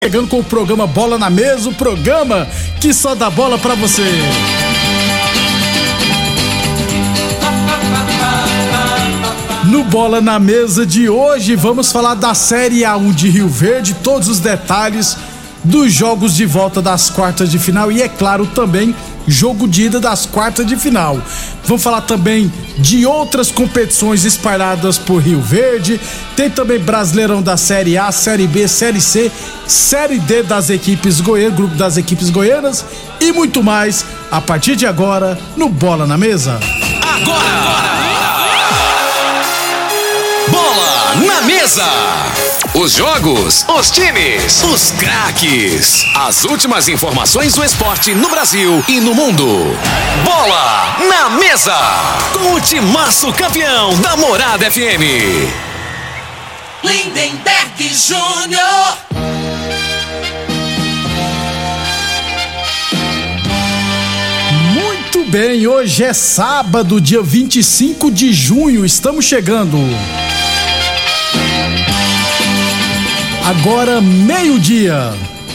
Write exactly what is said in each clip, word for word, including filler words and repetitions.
Chegando com o programa Bola na Mesa, o programa que só dá bola pra você. No Bola na Mesa de hoje, vamos falar da Série A um de Rio Verde, todos os detalhes dos jogos de volta das quartas de final e, é claro, também jogo de ida das quartas de final. Vamos falar também de outras competições espalhadas por Rio Verde. Tem também Brasileirão da Série A, Série B, Série C, Série D das equipes goianas, grupo das equipes goianas e muito mais a partir de agora no Bola na Mesa. Agora! Bola na Mesa! Os jogos, os times, os craques. As últimas informações do esporte no Brasil e no mundo. Bola na Mesa. Com o timaço campeão da Morada F M. Lindenberg Júnior. Muito bem, hoje é sábado, dia vinte e cinco de junho. Estamos chegando. Agora meio-dia.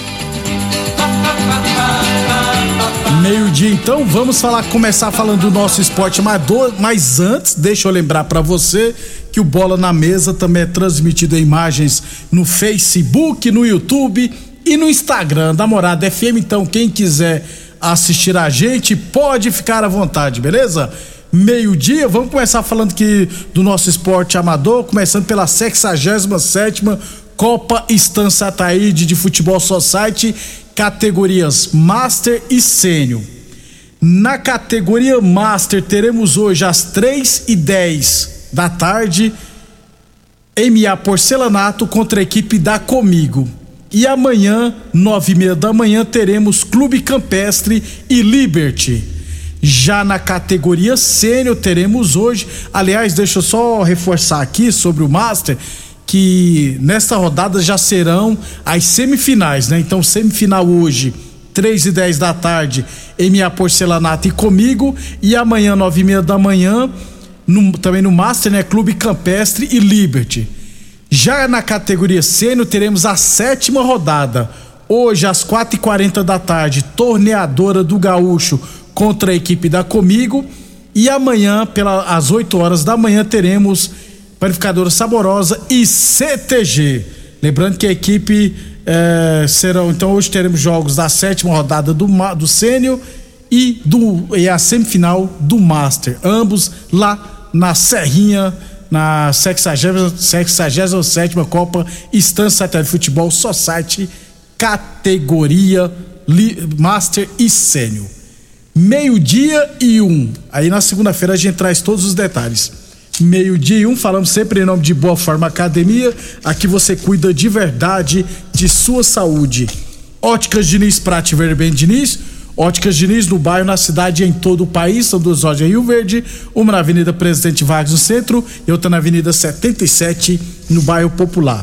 Meio-dia, então vamos falar, começar falando do nosso esporte amador, mas antes, deixa eu lembrar pra você que o Bola na Mesa também é transmitido em imagens no Facebook, no YouTube e no Instagram da Morada F M, então quem quiser assistir a gente pode ficar à vontade, beleza? Meio-dia, vamos começar falando aqui do nosso esporte amador, começando pela sexagésima sétima Copa Estância Ataíde de Futebol Society, categorias Master e Sênior. Na categoria Master teremos hoje às três e dez da tarde M A Porcelanato contra a equipe da Comigo. E amanhã, nove e meia da manhã, teremos Clube Campestre e Liberty. Já na categoria Sênior teremos hoje, aliás, deixa eu só reforçar aqui sobre o Master, que nesta rodada já serão as semifinais, né? Então, semifinal hoje, três e dez da tarde, M A Porcelanato e Comigo, e amanhã, nove e meia da manhã, no, também no Master, né? Clube Campestre e Liberty. Já na categoria Sênior, teremos a sétima rodada. Hoje, às quatro e quarenta da tarde, Torneadora do Gaúcho contra a equipe da Comigo, e amanhã, pelas oito horas da manhã, teremos Panificadora Saborosa e C T G. Lembrando que a equipe eh, serão, então hoje teremos jogos da sétima rodada do, do Sênior e, do, e a semifinal do Master, ambos lá na Serrinha, na sexagésima sétima Copa Estância de Futebol Society, categoria Master e Sênior. Meio-dia e um. Aí na segunda-feira a gente traz todos os detalhes. Meio-dia e um, falamos sempre em nome de Boa Forma Academia. Aqui você cuida de verdade de sua saúde. Óticas Diniz, Prate Verde Bem Diniz. Óticas Diniz no bairro, na cidade e em todo o país. São duas lojas em Rio Verde, uma na Avenida Presidente Vargas no centro e outra na Avenida setenta e sete no bairro Popular.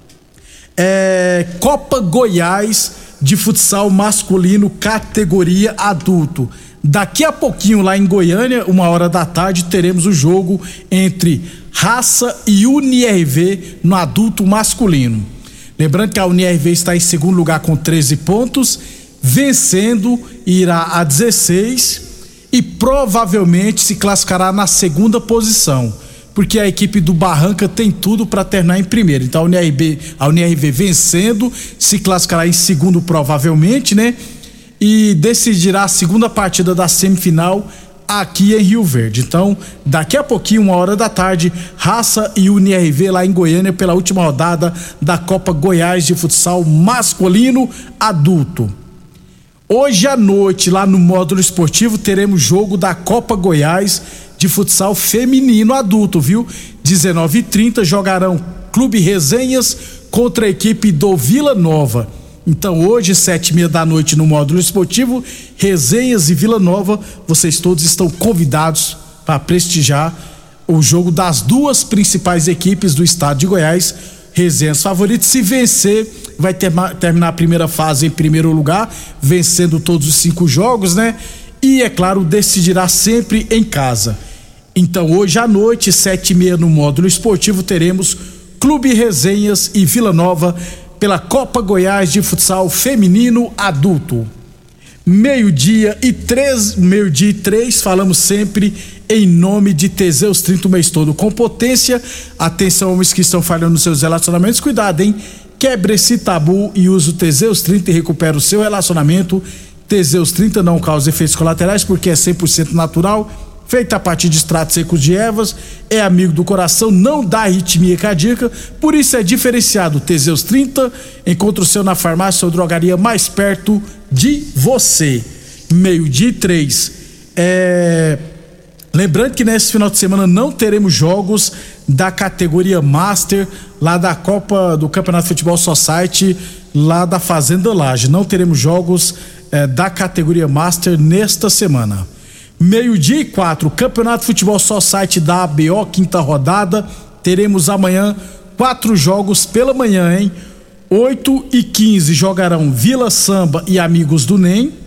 É, Copa Goiás de futsal masculino categoria adulto. Daqui a pouquinho lá em Goiânia, uma hora da tarde, teremos o jogo entre Raça e U N I R V no adulto masculino. Lembrando que a U N I R V está em segundo lugar com treze pontos, vencendo irá a dezesseis e provavelmente se classificará na segunda posição, porque a equipe do Barranca tem tudo para terminar em primeiro. Então a U N I R V, a U N I R V vencendo se classificará em segundo provavelmente, né? E decidirá a segunda partida da semifinal aqui em Rio Verde. Então, daqui a pouquinho, uma hora da tarde, Raça e U N I R V lá em Goiânia pela última rodada da Copa Goiás de futsal masculino adulto. Hoje à noite, lá no módulo esportivo, teremos jogo da Copa Goiás de futsal feminino adulto, viu? dezenove e trinta jogarão Clube Resenhas contra a equipe do Vila Nova. Então hoje, sete e meia da noite no módulo esportivo, Resenhas e Vila Nova, vocês todos estão convidados para prestigiar o jogo das duas principais equipes do estado de Goiás. Resenhas favorito, se vencer, vai ter, terminar a primeira fase em primeiro lugar, vencendo todos os cinco jogos, né? E, é claro, decidirá sempre em casa. Então hoje à noite, sete e meia no módulo esportivo, teremos Clube Resenhas e Vila Nova pela Copa Goiás de Futsal Feminino Adulto. Meio-dia e três, meio-dia e três, falamos sempre em nome de Teseus trinta o mês todo com potência. Atenção, homens que estão falhando nos seus relacionamentos, cuidado, hein? Quebre esse tabu e use o Teseus trinta e recupera o seu relacionamento. Teseus trinta não causa efeitos colaterais porque é cem por cento natural, feita a partir de extratos secos de ervas, é amigo do coração, não dá arritmia cardíaca, por isso é diferenciado. Teseus trinta, encontra o seu na farmácia ou drogaria mais perto de você. Meio-dia e três. É... Lembrando que nesse final de semana não teremos jogos da categoria Master, lá da Copa do Campeonato de Futebol Society, lá da Fazenda Laje. Não teremos jogos é, da categoria Master nesta semana. Meio-dia e quatro, Campeonato de Futebol Society da A B O, quinta rodada. Teremos amanhã quatro jogos pela manhã, hein? oito e quinze jogarão Vila Samba e Amigos do N E M.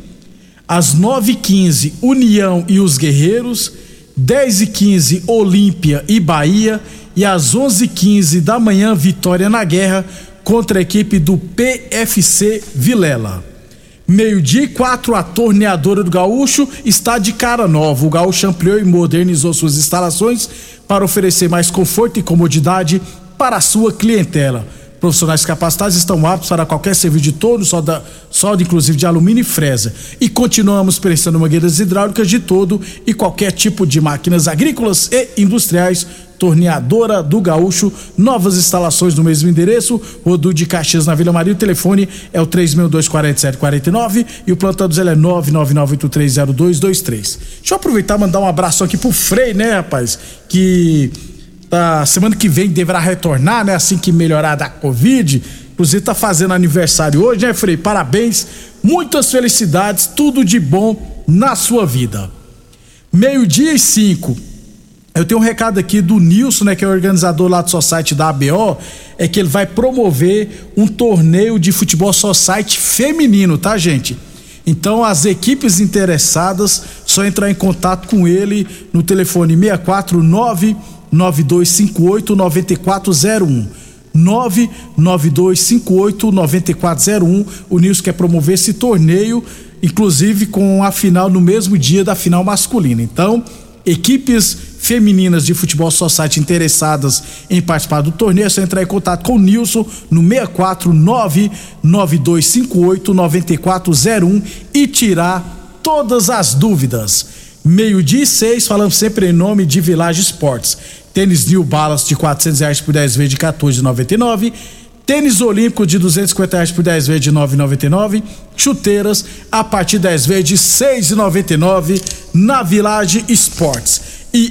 Às nove e quinze, União e os Guerreiros. dez e quinze, Olímpia e Bahia. E às onze e quinze da manhã, Vitória na Guerra contra a equipe do P F C Vilela. Meio-dia e quatro, a torneadora do Gaúcho está de cara nova. O Gaúcho ampliou e modernizou suas instalações para oferecer mais conforto e comodidade para a sua clientela. Profissionais capacitados estão aptos para qualquer serviço de torno, solda, solda inclusive de alumínio e fresa. E continuamos prestando mangueiras hidráulicas de todo e qualquer tipo de máquinas agrícolas e industriais. Torneadora do Gaúcho, novas instalações no mesmo endereço, Rodul de Caxias na Vila Maria. O telefone é o três seis dois, quatro sete quatro nove e o plantão do Zé é nove nove nove oito três zero dois dois três. Deixa eu aproveitar e mandar um abraço aqui pro Frei, né, rapaz? Que tá, semana que vem deverá retornar, né? Assim que melhorar da Covid. Inclusive tá fazendo aniversário hoje, né, Frei? Parabéns, muitas felicidades, tudo de bom na sua vida. Meio-dia e cinco. Eu tenho um recado aqui do Nilson, né, que é o organizador lá do Society da A B O, é que ele vai promover um torneio de futebol Society feminino, tá, gente? Então, as equipes interessadas, só entrar em contato com ele no telefone seis quatro nove, nove dois cinco oito, nove quatro zero um. nove nove dois cinco oito, nove quatro zero um. O Nilson quer promover esse torneio, inclusive com a final no mesmo dia da final masculina. Então, equipes femininas de futebol society interessadas em participar do torneio, é só entrar em contato com o Nilson no seis quatro nove, nove dois cinco oito, nove quatro zero um e tirar todas as dúvidas. Meio-dia e seis, falamos sempre em nome de Village Esportes. Tênis New Balance de quatrocentos reais por dez vezes de quatorze reais e noventa e nove centavos. Tênis Olímpico de duzentos e cinquenta reais por dez vezes de nove reais e noventa e nove centavos. Chuteiras a partir de dez vezes de seis reais e noventa e nove centavos na Village Esportes. E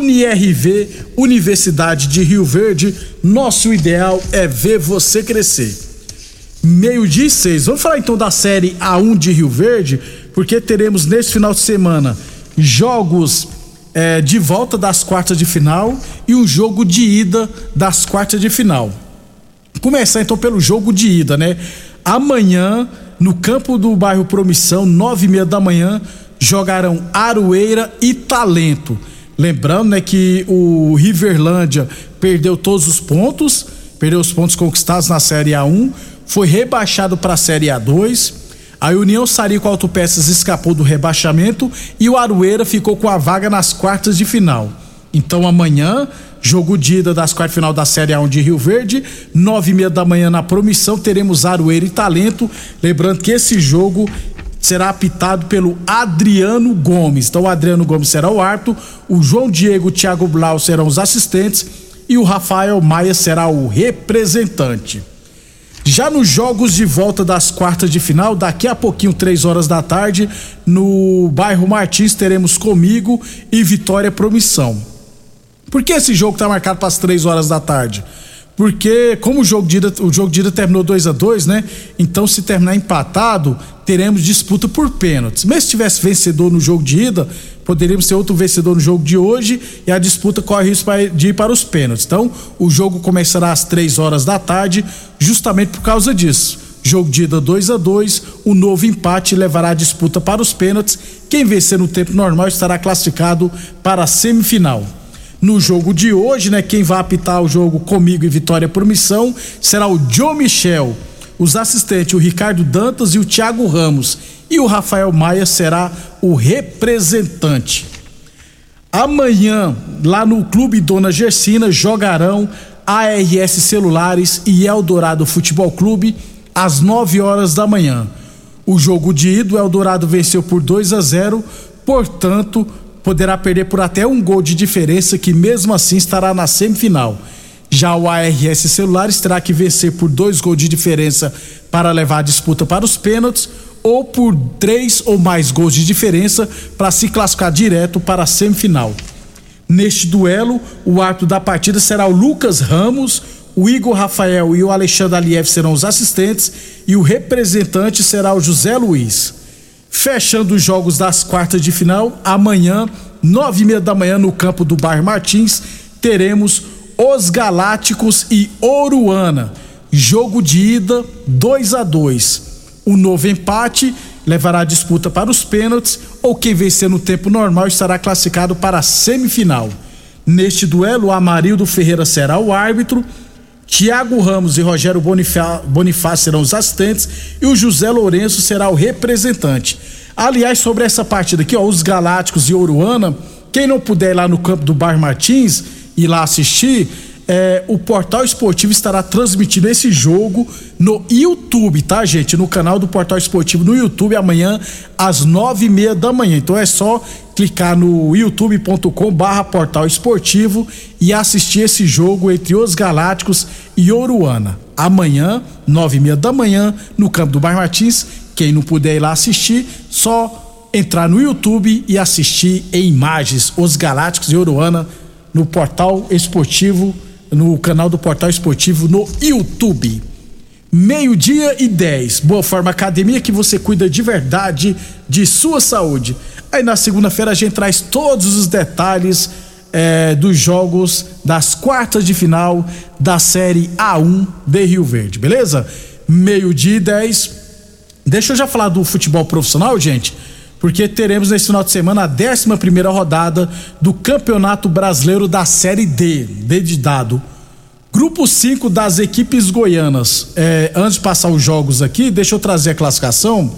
UniRV, Universidade de Rio Verde, nosso ideal é ver você crescer. Meio-dia e seis. Vamos falar então da Série A um de Rio Verde, porque teremos nesse final de semana jogos é, de volta das quartas de final e um jogo de ida das quartas de final. Começar então pelo jogo de ida, né? Amanhã, no campo do bairro Promissão, nove e meia da manhã, jogarão Aroeira e Talento. Lembrando, né, que o Riverlândia perdeu todos os pontos, perdeu os pontos conquistados na Série A um, foi rebaixado para a Série A dois. A União Sarico Autopeças escapou do rebaixamento e o Aroeira ficou com a vaga nas quartas de final. Então amanhã, jogo de ida das quartas de final da Série A um de Rio Verde, nove e meia da manhã na Promissão, teremos Aroeira e Talento. Lembrando que esse jogo será apitado pelo Adriano Gomes. Então o Adriano Gomes será o árbitro, o João Diego e o Thiago Blau serão os assistentes e o Rafael Maia será o representante. Já nos jogos de volta das quartas de final, daqui a pouquinho, três horas da tarde, no bairro Martins, teremos Comigo e Vitória Promissão. Por que esse jogo está marcado para as três horas da tarde? Porque como o jogo de ida, o jogo de ida terminou dois a dois, né? Então, se terminar empatado, teremos disputa por pênaltis. Mas se tivesse vencedor no jogo de ida, poderíamos ter outro vencedor no jogo de hoje e a disputa corre risco de ir para os pênaltis. Então, o jogo começará às três horas da tarde, justamente por causa disso. Jogo de ida dois a dois, o novo empate levará a disputa para os pênaltis. Quem vencer no tempo normal estará classificado para a semifinal. No jogo de hoje, né, quem vai apitar o jogo Comigo e Vitória Promissão será o Joe Michel. Os assistentes, o Ricardo Dantas e o Thiago Ramos. E o Rafael Maia será o representante. Amanhã, lá no Clube Dona Gersina, jogarão A R S Celulares e Eldorado Futebol Clube às nove horas da manhã. O jogo de ida, o Eldorado venceu por dois a zero, portanto, poderá perder por até um gol de diferença, que mesmo assim estará na semifinal. Já o A R S Celulares terá que vencer por dois gols de diferença para levar a disputa para os pênaltis, ou por três ou mais gols de diferença para se classificar direto para a semifinal. Neste duelo, o árbitro da partida será o Lucas Ramos, o Igor Rafael e o Alexandre Aliev serão os assistentes e o representante será o José Luiz. Fechando os jogos das quartas de final, amanhã, nove e meia da manhã, no campo do bairro Martins, teremos Os Galácticos e Oruana. Jogo de ida dois a dois. O novo empate levará a disputa para os pênaltis, ou quem vencer no tempo normal estará classificado para a semifinal. Neste duelo, o Amarildo Ferreira será o árbitro, Thiago Ramos e Rogério Bonifá- Bonifácio serão os assistentes e o José Lourenço será o representante. Aliás, sobre essa partida aqui, ó, os Galácticos e Oruana, quem não puder ir lá no campo do bairro Martins ir lá assistir, É, o Portal Esportivo estará transmitindo esse jogo no YouTube, tá, gente? No canal do Portal Esportivo no YouTube, amanhã às nove e meia da manhã. Então é só clicar no youtube ponto com barra Portal Esportivo e assistir esse jogo entre os Galácticos e Oruana. Amanhã, nove e meia da manhã, no campo do bairro Martins. Quem não puder ir lá assistir, só entrar no YouTube e assistir em imagens os Galácticos e Oruana no Portal Esportivo, no canal do Portal Esportivo no YouTube. Meio-dia e dez. Boa Forma Academia, que você cuida de verdade de sua saúde. Aí na segunda-feira a gente traz todos os detalhes é, dos jogos das quartas de final da Série A um de Rio Verde, beleza? Meio-dia e dez. Deixa eu já falar do futebol profissional, gente, porque teremos nesse final de semana a décima primeira rodada do Campeonato Brasileiro da Série D, D de dado. Grupo cinco das equipes goianas. É, antes de passar os jogos aqui, deixa eu trazer a classificação.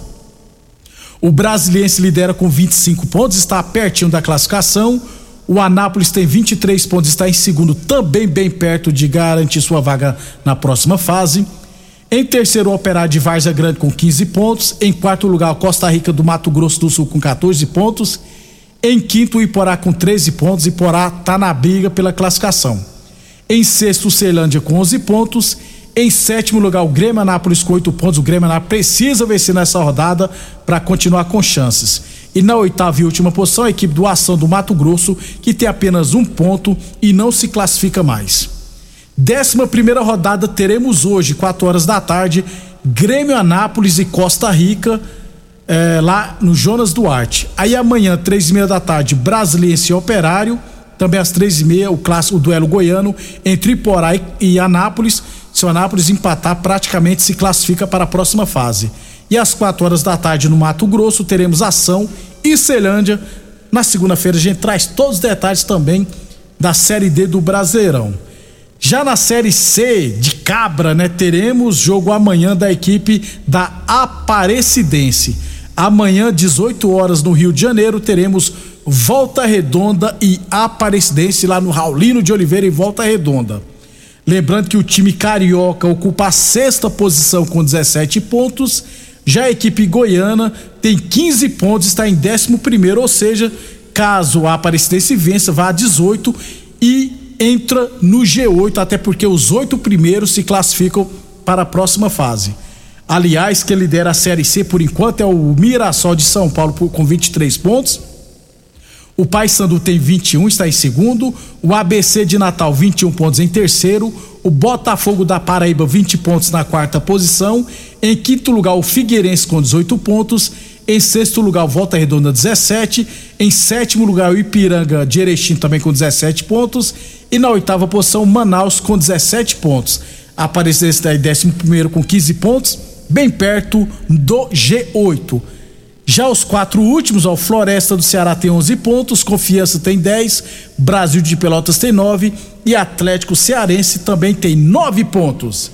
O Brasiliense lidera com vinte e cinco pontos, está pertinho da classificação. O Anápolis tem vinte e três pontos, está em segundo, também bem perto de garantir sua vaga na próxima fase. Em terceiro, o Operário de Várzea Grande com quinze pontos. Em quarto lugar, o Costa Rica do Mato Grosso do Sul com quatorze pontos. Em quinto, o Iporá com treze pontos. Iporá está na briga pela classificação. Em sexto, o Ceilândia com onze pontos. Em sétimo lugar, o Grêmio Anápolis com oito pontos. O Grêmio Anápolis precisa vencer nessa rodada para continuar com chances. E na oitava e última posição, a equipe do Ação do Mato Grosso, que tem apenas um ponto e não se classifica mais. Décima primeira rodada teremos hoje, quatro horas da tarde, Grêmio Anápolis e Costa Rica, é, lá no Jonas Duarte. Aí amanhã, três e meia da tarde, Brasiliense e Operário. Também às três e meia, o clássico, o duelo goiano entre Iporá e Anápolis. Se o Anápolis empatar, praticamente se classifica para a próxima fase. E às quatro horas da tarde, no Mato Grosso, teremos Ação e Ceilândia. Na segunda-feira, a gente traz todos os detalhes também da Série D do Brasileirão. Já na Série C de Cabra, né, teremos jogo amanhã da equipe da Aparecidense. Amanhã, dezoito horas, no Rio de Janeiro, teremos Volta Redonda e Aparecidense lá no Raulino de Oliveira, em Volta Redonda. Lembrando que o time carioca ocupa a sexta posição com dezessete pontos. Já a equipe goiana tem quinze pontos, está em décimo primeiro, ou seja, caso a Aparecidense vença, vá a dezoito e entra no G oito, até porque os oito primeiros se classificam para a próxima fase. Aliás, quem lidera a Série C por enquanto é o Mirassol de São Paulo com vinte e três pontos. O Paysandu tem vinte e um, está em segundo. O A B C de Natal, vinte e um pontos em terceiro. O Botafogo da Paraíba, vinte pontos na quarta posição. Em quinto lugar, o Figueirense com dezoito pontos. Em sexto lugar, o Volta Redonda, dezessete. Em sétimo lugar, o Ipiranga de Erechim também com dezessete pontos. E na oitava posição, Manaus com dezessete pontos. A Aparecidense está em décimo primeiro com quinze pontos, bem perto do G oito. Já os quatro últimos, ó, o Floresta do Ceará tem onze pontos, Confiança tem dez, Brasil de Pelotas tem nove e Atlético Cearense também tem nove pontos.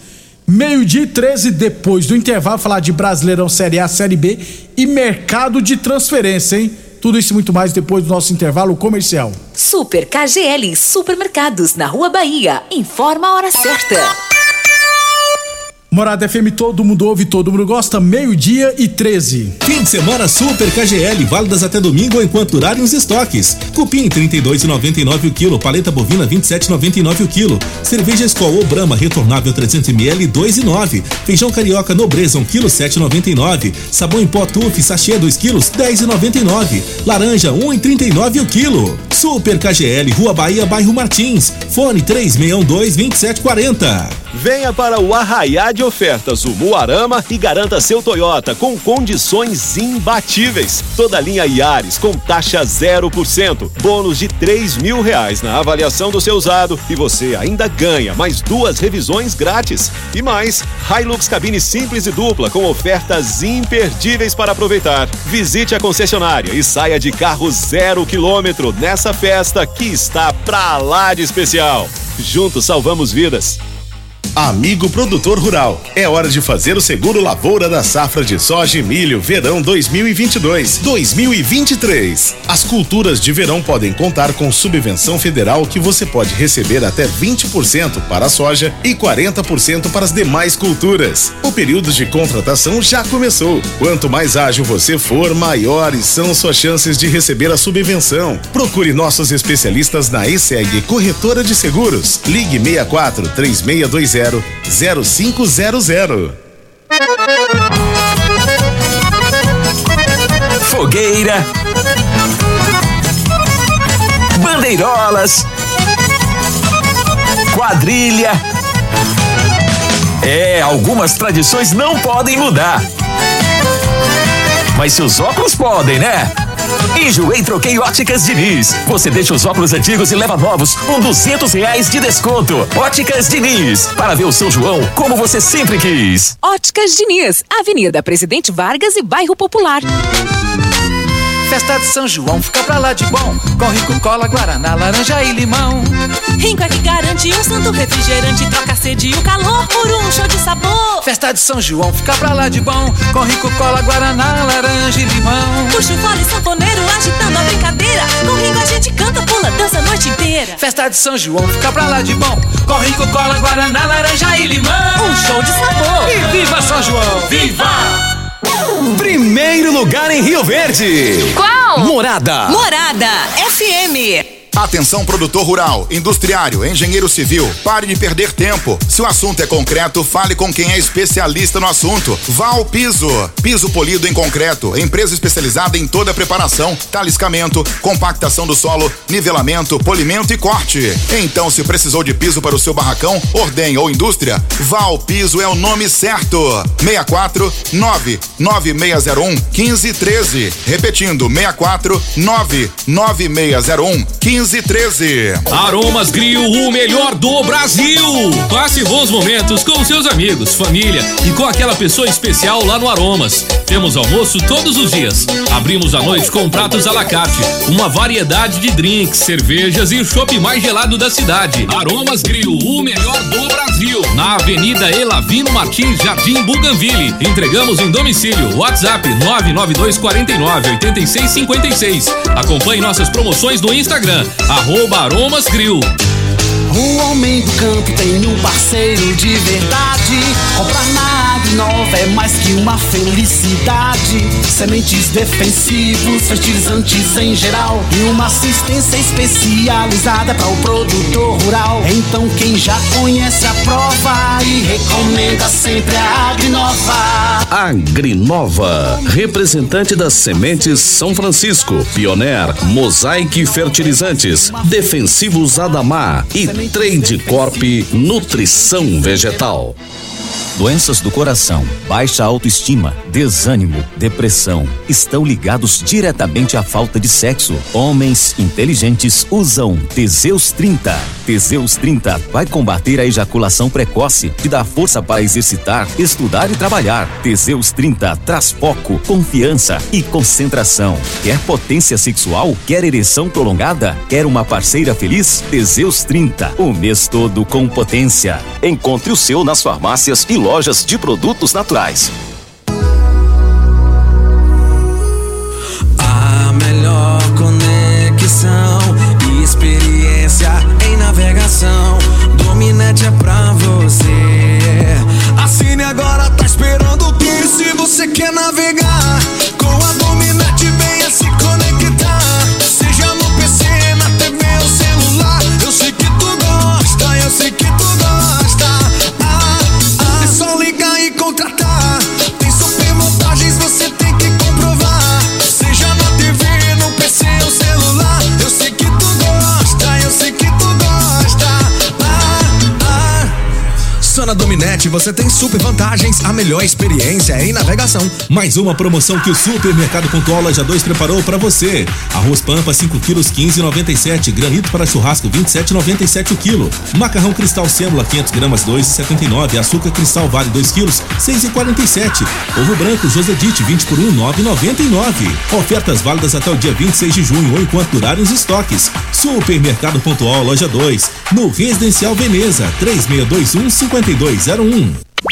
Meio-dia e treze, depois do intervalo, falar de Brasileirão Série A, Série B e mercado de transferência, hein? Tudo isso e muito mais depois do nosso intervalo comercial. Super K G L Supermercados, na Rua Bahia. Informa a hora certa. Morada F M, todo mundo ouve, todo mundo gosta, meio-dia e treze. Fim de semana Super K G L, válidas até domingo enquanto durarem os estoques. Cupim trinta e dois reais e noventa e nove centavos o quilo, paleta bovina vinte e sete reais e noventa e nove centavos o quilo, cerveja Skol ou Brahma retornável trezentos mililitros dois reais e nove centavos, feijão carioca Nobreza um quilo sete reais e noventa e nove centavos, sabão em pó Tuf sachê dois quilos dez reais e noventa e nove centavos, laranja um real e trinta e nove centavos o quilo. Super K G L, Rua Bahia, bairro Martins, fone três seis um dois, vinte e sete quarenta. Venha para o arraiá de ofertas o Umuarama e garanta seu Toyota com condições imbatíveis. Toda a linha Yaris com taxa zero por cento, bônus de três mil reais na avaliação do seu usado e você ainda ganha mais duas revisões grátis. E mais, Hilux cabine simples e dupla com ofertas imperdíveis para aproveitar. Visite a concessionária e saia de carro zero quilômetro nessa festa que está pra lá de especial. Juntos salvamos vidas. Amigo produtor rural, é hora de fazer o seguro lavoura da safra de soja e milho verão dois mil e vinte e dois, dois mil e vinte e três. As culturas de verão podem contar com subvenção federal que você pode receber até vinte por cento para a soja e quarenta por cento para as demais culturas. O período de contratação já começou. Quanto mais ágil você for, maiores são suas chances de receber a subvenção. Procure nossos especialistas na E S E G Corretora de Seguros. Ligue seis quatro, três seis dois zero, zero cinco zero zero. Fogueira, bandeirolas, quadrilha. É, algumas tradições não podem mudar. Mas seus óculos podem, né? Enjoei, troquei Óticas Diniz. Você deixa os óculos antigos e leva novos com duzentos reais de desconto. Óticas Diniz, para ver o São João como você sempre quis. Óticas Diniz, Avenida Presidente Vargas e Bairro Popular. Festa de São João fica pra lá de bom, com Rico, cola, guaraná, laranja e limão. Rico é que garante um santo refrigerante, troca a sede e o calor por um show de sabor. Festa de São João fica pra lá de bom, com Rico, cola, guaraná, laranja e limão. Puxa o fole sanfoneiro agitando a brincadeira, com Rico a gente canta, pula, dança a noite inteira. Festa de São João fica pra lá de bom, com Rico, cola, guaraná, laranja e limão. Um show de sabor. E viva São João! Viva! Primeiro lugar em Rio Verde. Qual? Morada. Morada F M. Atenção, produtor rural, industriário, engenheiro civil, pare de perder tempo. Se o assunto é concreto, fale com quem é especialista no assunto. Val Piso, piso polido em concreto, empresa especializada em toda a preparação, taliscamento, compactação do solo, nivelamento, polimento e corte. Então, se precisou de piso para o seu barracão, ordem ou indústria, Val Piso é o nome certo. seis quatro nove nove seis zero um um cinco um três. Repetindo, seis quatro nove nove seis zero um um cinco um três. Aromas Grill, o melhor do Brasil. Passe bons momentos com seus amigos, família e com aquela pessoa especial lá no Aromas. Temos almoço todos os dias. Abrimos à noite com pratos à la carte, uma variedade de drinks, cervejas e o chopp mais gelado da cidade. Aromas Grill, o melhor do Brasil. Na Avenida Elavino Martins, Jardim Bougainville. Entregamos em domicílio. WhatsApp nove nove dois quatro nove oito seis cinco seis. Acompanhe nossas promoções no Instagram, arroba Aromas Grill. O homem do campo tem um parceiro de verdade. Comprar na Agrinova é mais que uma felicidade. Sementes defensivos, fertilizantes em geral e uma assistência especializada para o produtor rural. Então quem já conhece a prova e recomenda sempre a Agrinova. Agrinova, representante das sementes São Francisco, Pioneer, Mosaic Fertilizantes, Defensivos Adamar e Trade Corp Nutrição Vegetal. Doenças do coração, baixa autoestima, desânimo, depressão estão ligados diretamente à falta de sexo. Homens inteligentes usam Teseus trinta. Teseus trinta vai combater a ejaculação precoce, te dá força para exercitar, estudar e trabalhar. Teseus trinta traz foco, confiança e concentração. Quer potência sexual? Quer ereção prolongada? Quer uma parceira feliz? Teseus trinta, o mês todo com potência. Encontre o seu nas farmácias farmácias e lojas de produtos naturais. A melhor conexão e experiência em navegação. Dominete é pra você. Assine agora, tá esperando o quê? Se você quer navegar com a Dominete, venha se conectar. Seja no P C, na T V ou celular. Eu sei que tu gosta, eu sei que tu gosta. Ah, ah, é só ligar e contratar. Tem super vantagens, você tem que comprovar. Seja na T V, no P C ou celular. Eu sei que tu gosta, eu sei que tu gosta. Ah, ah. Só na Dominete você tem super vantagens, a melhor experiência em navegação. Mais uma promoção que o Supermercado Pontual Loja dois preparou para você. Arroz Pampa cinco quilos quinze e noventa e sete, granito para churrasco vinte e sete e noventa e sete o quilo. Macarrão Cristal Sêmula quinhentos gramas dois e setenta e nove, açúcar Cristal Vale dois quilos seis e quarenta e sete. Ovo branco Josedite vinte por um nove e noventa e nove. Ofertas válidas até o dia vinte e seis de junho ou enquanto durarem os estoques. Supermercado Pontual Loja dois, no Residencial Veneza, três seis dois um cinco dois zero um.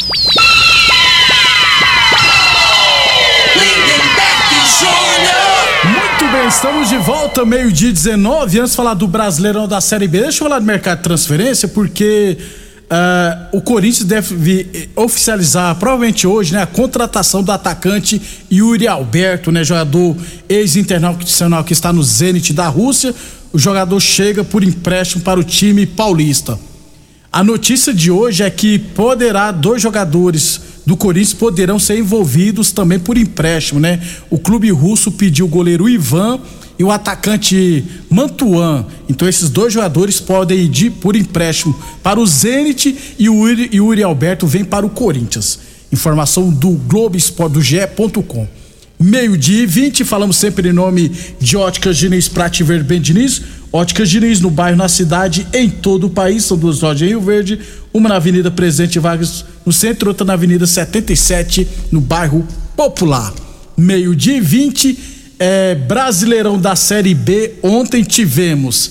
Muito bem, estamos de volta, meio-dia dezenove. Antes de falar do Brasileirão da Série B, deixa eu falar do mercado de transferência, porque uh, o Corinthians deve oficializar, provavelmente hoje, né, a contratação do atacante Yuri Alberto, né, jogador ex-internacional que está no Zenit da Rússia. O jogador chega por empréstimo para o time paulista. A notícia de hoje é que poderá, dois jogadores do Corinthians poderão ser envolvidos também por empréstimo, né? O clube russo pediu o goleiro Ivan e o atacante Mantuan. Então esses dois jogadores podem ir de, por empréstimo para o Zenit e o Yuri, Yuri Alberto vem para o Corinthians. Informação do Globo Esporte, do G E ponto com. Meio-dia e vinte, falamos sempre em nome de Óticas Diniz, Prate Verde Bem Diniz. Óticas Diniz no bairro, na cidade, em todo o país. São duas lojas em Rio Verde, uma na Avenida Presidente Vargas no centro, outra na Avenida setenta e sete no bairro Popular. Meio-dia e vinte, é, Brasileirão da Série B. Ontem tivemos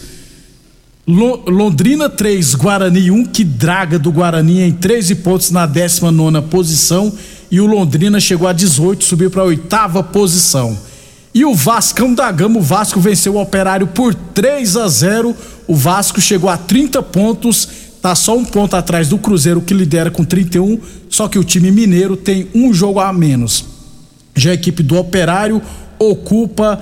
Londrina três, Guarani um, que draga do Guarani em treze pontos na décima nona posição, e o Londrina chegou a dezoito, subiu para a oitava posição. E o Vascão da Gama, o Vasco venceu o Operário por três a zero. O Vasco chegou a trinta pontos, tá só um ponto atrás do Cruzeiro, que lidera com trinta e um, só que o time mineiro tem um jogo a menos. Já a equipe do Operário ocupa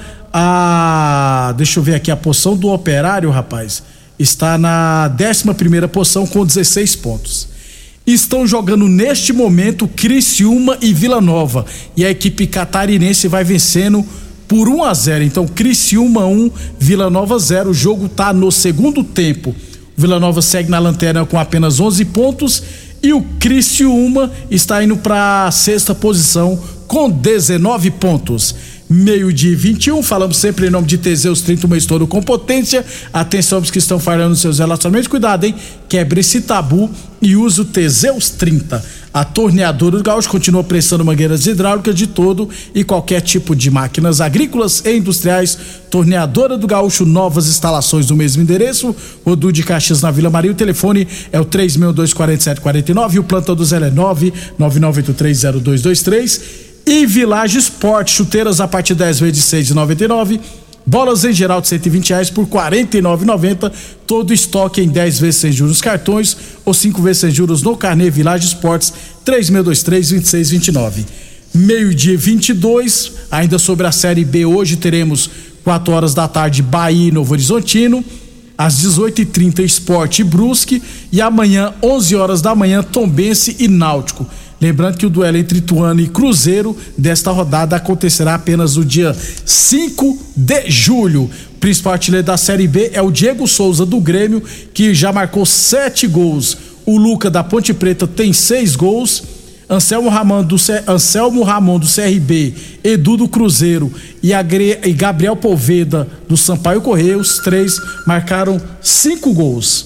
a... deixa eu ver aqui, a posição do Operário, rapaz, está na décima primeira posição com dezesseis pontos. Estão jogando neste momento Criciúma e Vila Nova, e a equipe catarinense vai vencendo por um a zero. Então Criciúma um, Vila Nova zero. O jogo tá no segundo tempo. O Vila Nova segue na lanterna com apenas onze pontos e o Criciúma está indo para a sexta posição com dezenove pontos. Meio-dia e vinte e um, falamos sempre em nome de Teseus trinta, uma estouro com potência. Atenção aos que estão falhando nos seus relacionamentos, cuidado, hein? Quebre esse tabu e use o Teseus trinta. A Torneadora do Gaúcho continua prestando mangueiras hidráulicas de todo e qualquer tipo de máquinas agrícolas e industriais. Torneadora do Gaúcho, novas instalações no mesmo endereço, Rodu de Caxias na Vila Maria. O telefone é o três seis dois, quatro sete quatro nove e o plantão do Zé é nove nove nove oito três zero dois dois três. E Village Sport, chuteiras a partir de dez vezes de seis reais e noventa e nove centavos, bolas em geral de cento e vinte reais por quarenta e nove reais e noventa centavos, todo estoque em dez vezes sem juros nos cartões ou cinco vezes sem juros no carnê. Village Sports, três seis dois três, dois seis dois nove. Meio-dia vinte e dois, ainda sobre a Série B, hoje teremos quatro horas da tarde Bahia e Novo Horizontino, às dezoito e trinta Sport e Brusque, e amanhã onze horas da manhã Tombense e Náutico. Lembrando que o duelo entre Ituano e Cruzeiro desta rodada acontecerá apenas no dia cinco de julho. O principal artilheiro da Série B é o Diego Souza do Grêmio, que já marcou sete gols. O Luca da Ponte Preta tem seis gols. Anselmo Ramon do, C... Anselmo Ramon do C R B, Edu do Cruzeiro e, a... e Gabriel Poveda do Sampaio Correia, os três marcaram cinco gols.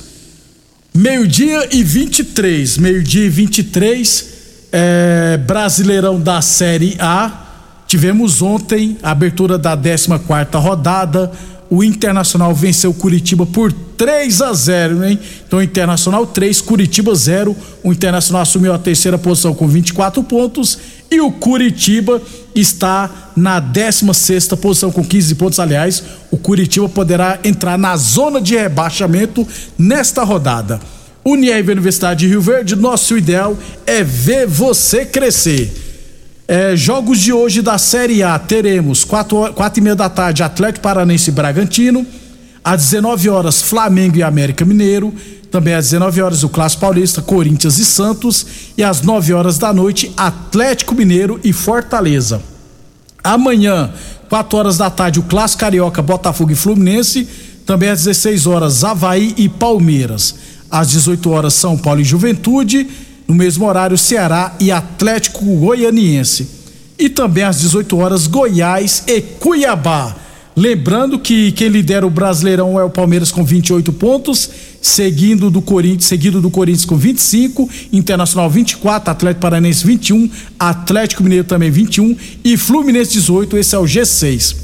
Meio-dia e vinte e três, meio-dia e vinte e três. É, Brasileirão da Série A, tivemos ontem a abertura da décima quarta rodada. o Internacional venceu o Curitiba por três a zero, hein? Então, Internacional três, Curitiba zero. O Internacional assumiu a terceira posição com vinte e quatro pontos e o Curitiba está na décima sexta posição com quinze pontos. Aliás, o Curitiba poderá entrar na zona de rebaixamento nesta rodada. Unirv Universidade de Rio Verde, nosso ideal é ver você crescer. É, jogos de hoje da Série A, teremos quatro, quatro e meia da tarde Atlético Paranaense e Bragantino, às dezenove horas Flamengo e América Mineiro, também às dezenove horas o Clássico Paulista, Corinthians e Santos, e às nove horas da noite Atlético Mineiro e Fortaleza. Amanhã, quatro horas da tarde o Clássico Carioca, Botafogo e Fluminense, também às dezesseis horas Avaí e Palmeiras, às dezoito horas São Paulo e Juventude, no mesmo horário Ceará e Atlético Goianiense, e também às dezoito horas Goiás e Cuiabá. Lembrando que quem lidera o Brasileirão é o Palmeiras com vinte e oito pontos, seguindo do Corinthians, seguido do Corinthians com vinte e cinco, Internacional vinte e quatro, Atlético Paranaense vinte e um, Atlético Mineiro também vinte e um e Fluminense dezoito, esse é o G seis.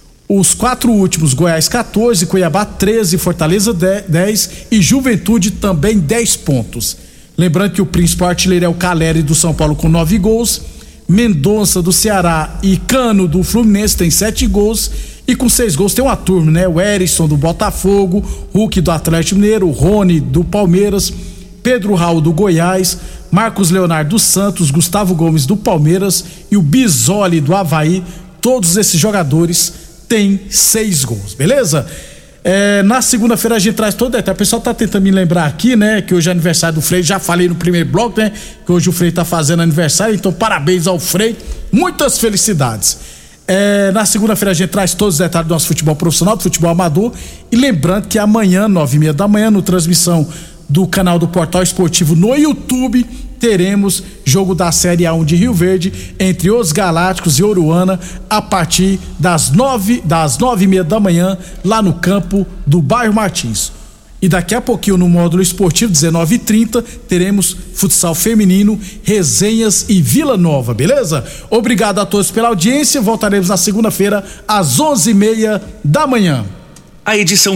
Os quatro últimos, Goiás quatorze, Cuiabá treze, Fortaleza dez e Juventude também dez pontos. Lembrando que o principal artilheiro é o Caleri do São Paulo com nove gols, Mendonça do Ceará e Cano do Fluminense tem sete gols, e com seis gols tem uma turma, né? O Erisson do Botafogo, Hulk do Atlético Mineiro, Rony do Palmeiras, Pedro Raul do Goiás, Marcos Leonardo do Santos, Gustavo Gomes do Palmeiras e o Bisoli do Avaí. Todos esses jogadores têm seis gols, beleza? É, na segunda-feira a gente traz todo detalhe. O pessoal tá tentando me lembrar aqui, né, que hoje é aniversário do Frei. Já falei no primeiro bloco, né, que hoje o Frei tá fazendo aniversário. Então, parabéns ao Frei, muitas felicidades. É, na segunda-feira a gente traz todos os detalhes do nosso futebol profissional, do futebol amador. E lembrando que amanhã, nove e meia da manhã, no transmissão do canal do Portal Esportivo no YouTube, teremos jogo da Série A um de Rio Verde entre os Galácticos e Oruana a partir das nove, das nove e meia da manhã lá no campo do bairro Martins. E daqui a pouquinho no módulo esportivo, dezenove e trinta, teremos futsal feminino, Resenhas e Vila Nova, beleza? Obrigado a todos pela audiência, voltaremos na segunda-feira às onze e meia da manhã. A edição